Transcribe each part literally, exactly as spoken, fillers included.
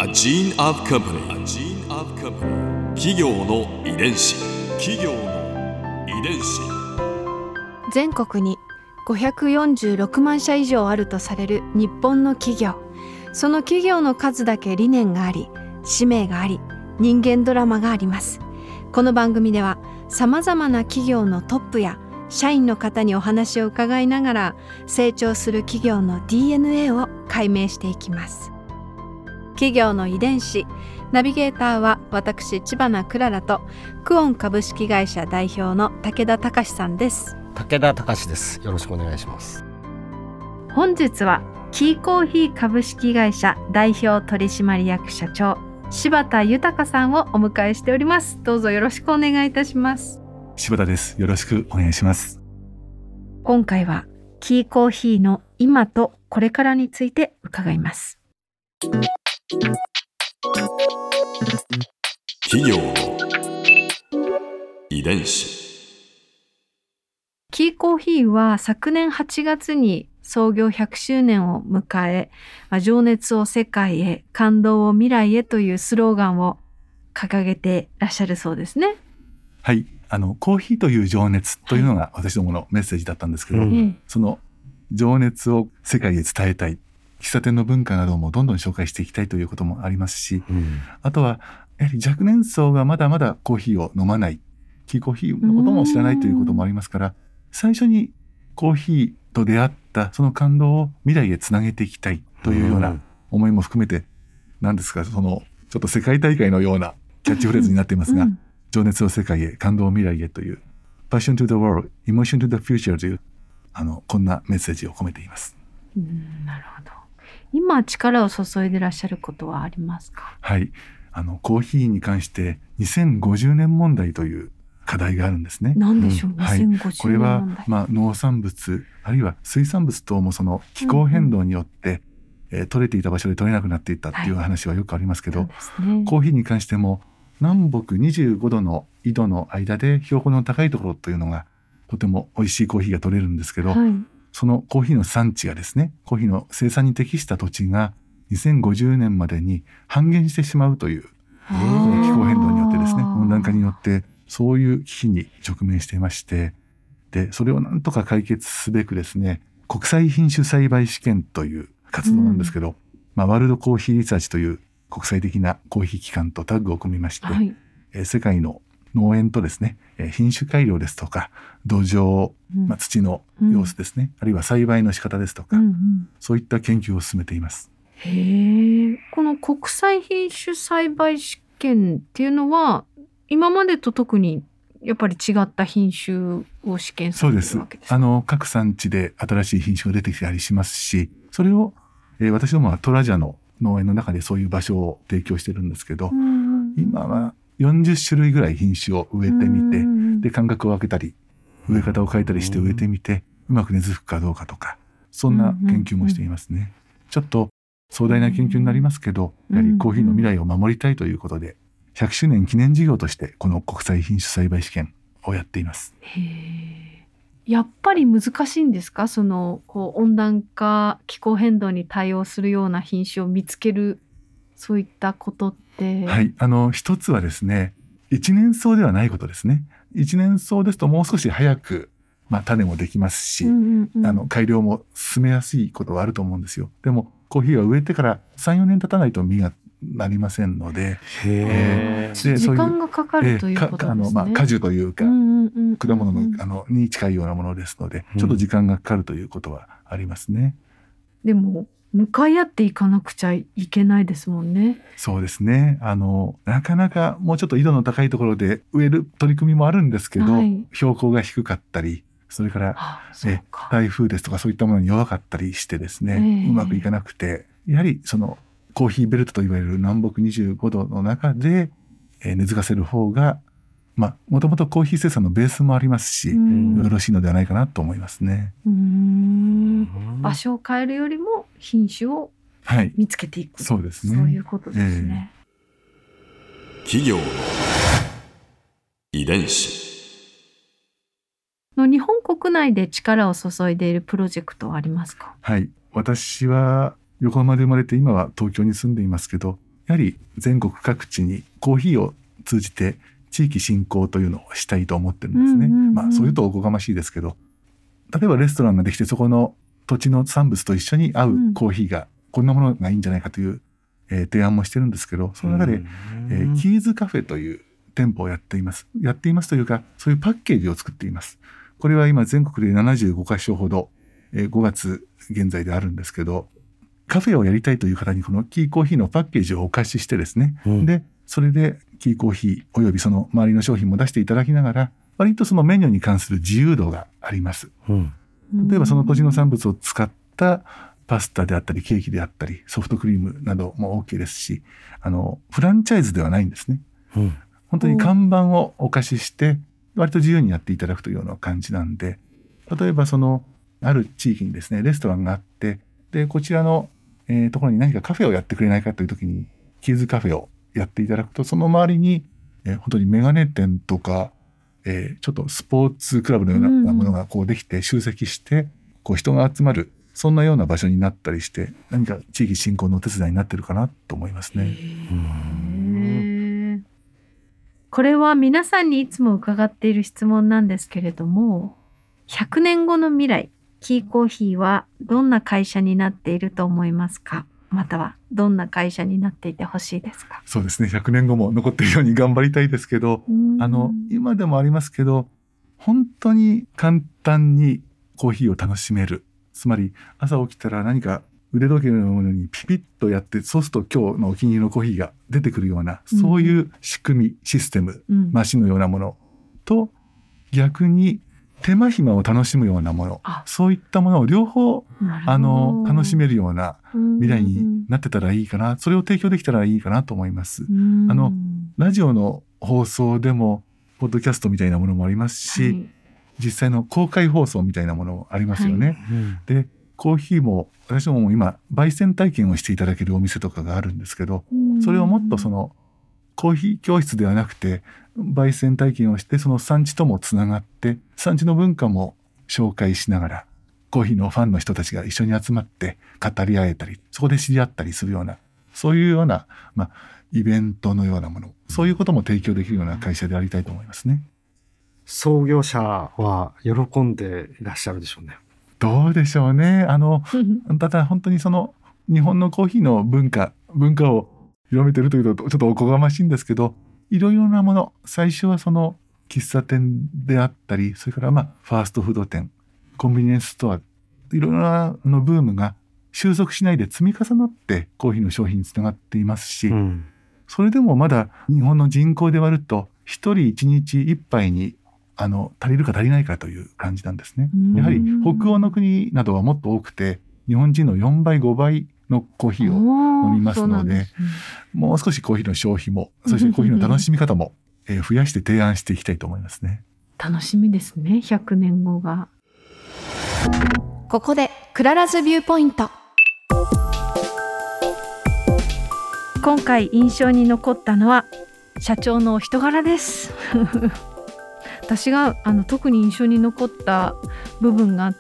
gene of company. A gene of company. 企業の遺伝子。企業の遺伝子。 全国にごひゃくよんじゅうろくまんしゃ以上あるとされる日本の企業。その企業の数だけ理念があり、使命があり、人間ドラマがあります。この番組ではさまざまな企業のトップや社員の方にお話を伺いながら、成長する企業の ディーエヌエー を解明していきます。企業の遺伝子、ナビゲーターは私知花クララとクオン株式会社代表の武田隆さんです。 武田隆です。よろしくお願いします。 本日はキーコーヒー株式会社代表取締役社長柴田豊さんをお迎えしております。どうぞよろしくお願いいたします。 柴田です。よろしくお願いします。 今回はキーコーヒーの今とこれからについて伺います。 企業の遺伝子。 キーコーヒーは昨年はちがつに創業ひゃくしゅうねんを迎え、情熱を世界へ、感動を未来へというスローガンを掲げてらっしゃるそうですね。 はい、あのコーヒーという情熱というのが私どものメッセージだったんですけど、はい、その情熱を世界へ伝えたい、喫茶店の文化などもどんどん紹介していきたいということもありますし、うん、あとはやはり若年層がまだまだコーヒーを飲まない、キーコーヒーのことも知らないということもありますから、最初にコーヒーと出会ったその感動を未来へつなげていきたいというような思いも含めて、何ですか、そのちょっと世界大会のようなキャッチフレーズになっていますが、うん、情熱を世界へ、感動を未来へという Passion to the world, emotion to the future というあのこんなメッセージを込めています。 うん、なるほど。今力を注いでいらっしゃることはありますか？ はい、あのコーヒーに関してにせんごじゅうねん問題という課題があるんですね。 何でしょう、うん、 はい、これは、まあ、農産物あるいは水産物等もその気候変動によって、うんうんえー、取れていた場所で取れなくなっていったっていう話はよくありますけど、はいね、コーヒーに関しても南北にじゅうごどの緯度の間で標高の高いところというのがとても美味しいコーヒーが取れるんですけど、はい、そのコーヒーの産地がですね、コーヒーの生産に適した土地がにせんごじゅうねんまでに半減してしまうという、えー、気候変動によってですね、温暖化によってそういう危機に直面していまして、でそれをなんとか解決すべくですね、国際品種栽培試験という活動なんですけど、うんまあ、ワールドコーヒーリサーチという国際的なコーヒー機関とタッグを組みまして、はいえー、世界の農園とですね、えー、品種改良ですとか土壌、まあ、土の様子ですね、うん、あるいは栽培の仕方ですとか、うんうん、そういった研究を進めています。 へー、この国際品種栽培試験っていうのは今までと特にやっぱり違った品種を試験されてるわけですか？ そうです。あの各産地で新しい品種が出てきたりしますし、それを、えー、私どもはトラジャの農園の中でそういう場所を提供してるんですけど、今はよんじゅっしゅるいぐらい品種を植えてみて、で間隔を空けたり植え方を変えたりして植えてみて、うまく根付くかどうかとか、そんな研究もしていますね。ちょっと壮大な研究になりますけど、やはりコーヒーの未来を守りたいということでひゃくしゅうねん記念事業としてこの国際品種栽培試験をやっています。 へー、やっぱり難しいんですか？そのこう温暖化気候変動に対応するような品種を見つける、そういったことって。 はい、あの一つはですね、一年草ではないことですね。一年草ですともう少し早く、まあ、種もできますし、うんうんうん、あの改良も進めやすいことはあると思うんですよ。でもコーヒーは植えてからさん、よねん経たないと実がなりませんので、 えー、で時間がかかるということですね。 あの、まあ、果樹というか、うんうんうん、果物の、あのに近いようなものですので、ちょっと時間がかかるということはありますね。 うん、でも向かい合っていかなくちゃいけないですもんね。 そうですね。あのなかなかもうちょっと緯度の高いところで植える取り組みもあるんですけど、はい、標高が低かったり、それから、はあ、え台風ですとかそういったものに弱かったりしてですね、えー、うまくいかなくて、やはりそのコーヒーベルトといわれる南北にじゅうごどの中で、えー、根付かせる方が、まあ、もともとコーヒー生産のベースもありますし、よろしいのではないかなと思いますね。 うーん、場所を変えるよりも品種を見つけていく、 はい、そうですね。 そういうことですね。 えー、企業の遺伝子。 の日本国内で力を注いでいるプロジェクトはありますか？ はい、私は横浜で生まれて今は東京に住んでいますけど、 やはり全国各地にコーヒーを通じて地域振興というのをしたいと思ってるんですね、うんうんうん、まあそういうとおこがましいですけど、例えばレストランができてそこの土地の産物と一緒に合うコーヒーが、こんなものがいいんじゃないかという、えー、提案もしてるんですけど、その中で、えー、キーズカフェという店舗をやっていますやっていますというか、そういうパッケージを作っています。これは今全国でななじゅうごかしょほど、えー、ごがつ現在であるんですけど、カフェをやりたいという方にこのキーコーヒーのパッケージをお貸ししてですね、うん、でそれでキーコーヒーおよびその周りの商品も出していただきながら、割とそのメニューに関する自由度があります、うん、例えばその土地の産物を使ったパスタであったりケーキであったりソフトクリームなども OK ですし、あのフランチャイズではないんですね、うん、本当に看板をお貸しして割と自由にやっていただくというような感じなんで、例えばそのある地域にですねレストランがあって、でこちらの、えー、ところに何かカフェをやってくれないかという時にキーズカフェをやっていただくと、その周りに、えー、本当にメガネ店とか、えー、ちょっとスポーツクラブのようなものがこうできて集積してこう人が集まる、そんなような場所になったりして、何か地域振興のお手伝いになってるかなと思いますね。 へこれは皆さんにいつも伺っている質問なんですけれども、ひゃくねんごの未来、キーコーヒーはどんな会社になっていると思いますか？またはどんな会社になっていてほしいですか？ そうですね、ひゃくねんごも残っているように頑張りたいですけど、あの今でもありますけど、本当に簡単にコーヒーを楽しめる、つまり朝起きたら何か腕時計のものにピピッとやって、そうすると今日のお気に入りのコーヒーが出てくるような、うん、そういう仕組みシステム、うん、マシンのようなものと、逆に手間暇を楽しむようなもの、そういったものを両方あの楽しめるような未来になってたらいいかな、それを提供できたらいいかなと思います。あのラジオの放送でもポッドキャストみたいなものもありますし、はい、実際の公開放送みたいなものもありますよね、はい、でコーヒーも私も今焙煎体験をしていただけるお店とかがあるんですけど、それをもっとそのコーヒー教室ではなくて焙煎体験をして、その産地ともつながって産地の文化も紹介しながら、コーヒーのファンの人たちが一緒に集まって語り合えたり、そこで知り合ったりするような、そういうような、まあ、イベントのようなもの、そういうことも提供できるような会社でありたいと思いますね。 創業者は喜んでいらっしゃるでしょうね。 どうでしょうね。あのただ本当にその日本のコーヒーの文化文化を広めてるというとちょっとおこがましいんですけど、いろいろなもの、最初はその喫茶店であったり、それからまあファーストフード店、コンビニエンスストア、いろいろなのブームが収束しないで積み重なってコーヒーの商品につながっていますし、うん、それでもまだ日本の人口で割ると一人一日一杯にあの足りるか足りないかという感じなんですね。やはり北欧の国などはもっと多くて、日本人のよんばいごばいのコーヒーを飲みますの で, で、ね、もう少しコーヒーの消費も、そしてコーヒーの楽しみ方も、えー、増やして提案していきたいと思いますね。 楽しみですね、ひゃくねんごが。ここでクララズビューポイント。今回印象に残ったのは社長のお人柄です私があの特に印象に残った部分があって、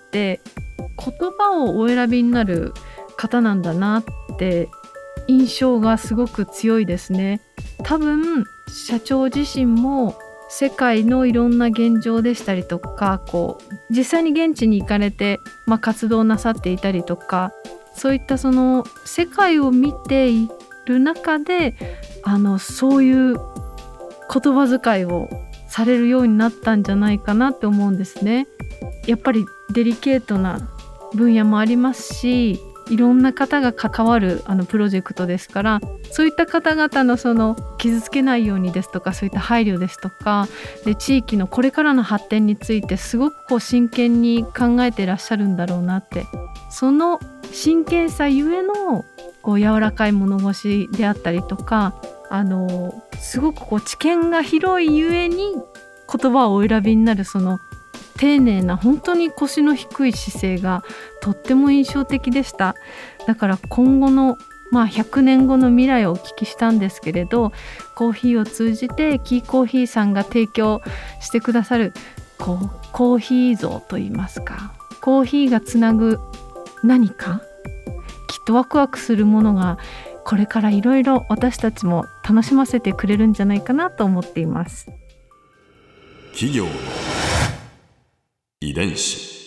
言葉をお選びになる方なんだなって印象がすごく強いですね。多分社長自身も世界のいろんな現状でしたりとか、こう実際に現地に行かれて、まあ、活動なさっていたりとか、そういったその世界を見ている中で、あのそういう言葉遣いをされるようになったんじゃないかなって思うんですね。やっぱりデリケートな分野もありますし、いろんな方が関わるあのプロジェクトですから、そういった方々のその傷つけないようにですとか、そういった配慮ですとかで、地域のこれからの発展についてすごくこう真剣に考えていらっしゃるんだろうなって、その真剣さゆえのこう柔らかい物腰であったりとか、あのすごくこう知見が広いゆえに言葉をお選びになる、その丁寧な本当に腰の低い姿勢がとっても印象的でした。だから今後の、まあ、ひゃくねんごの未来をお聞きしたんですけれど、コーヒーを通じてキーコーヒーさんが提供してくださるこうコーヒー像といいますか、コーヒーがつなぐ何かきっとワクワクするものがこれからいろいろ私たちも楽しませてくれるんじゃないかなと思っています。 企業の遺伝子。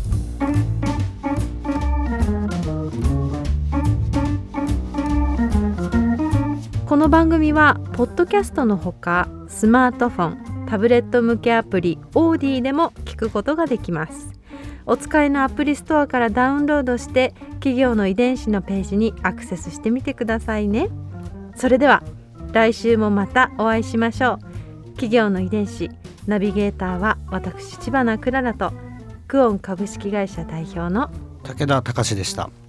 この番組はポッドキャストのほかスマートフォン、タブレット向けアプリオーディでも聞くことができます。お使いのアプリストアからダウンロードして企業の遺伝子のページにアクセスしてみてくださいね。それでは来週もまたお会いしましょう。企業の遺伝子ナビゲーターは私知花くららとクオン株式会社代表の武田隆でした。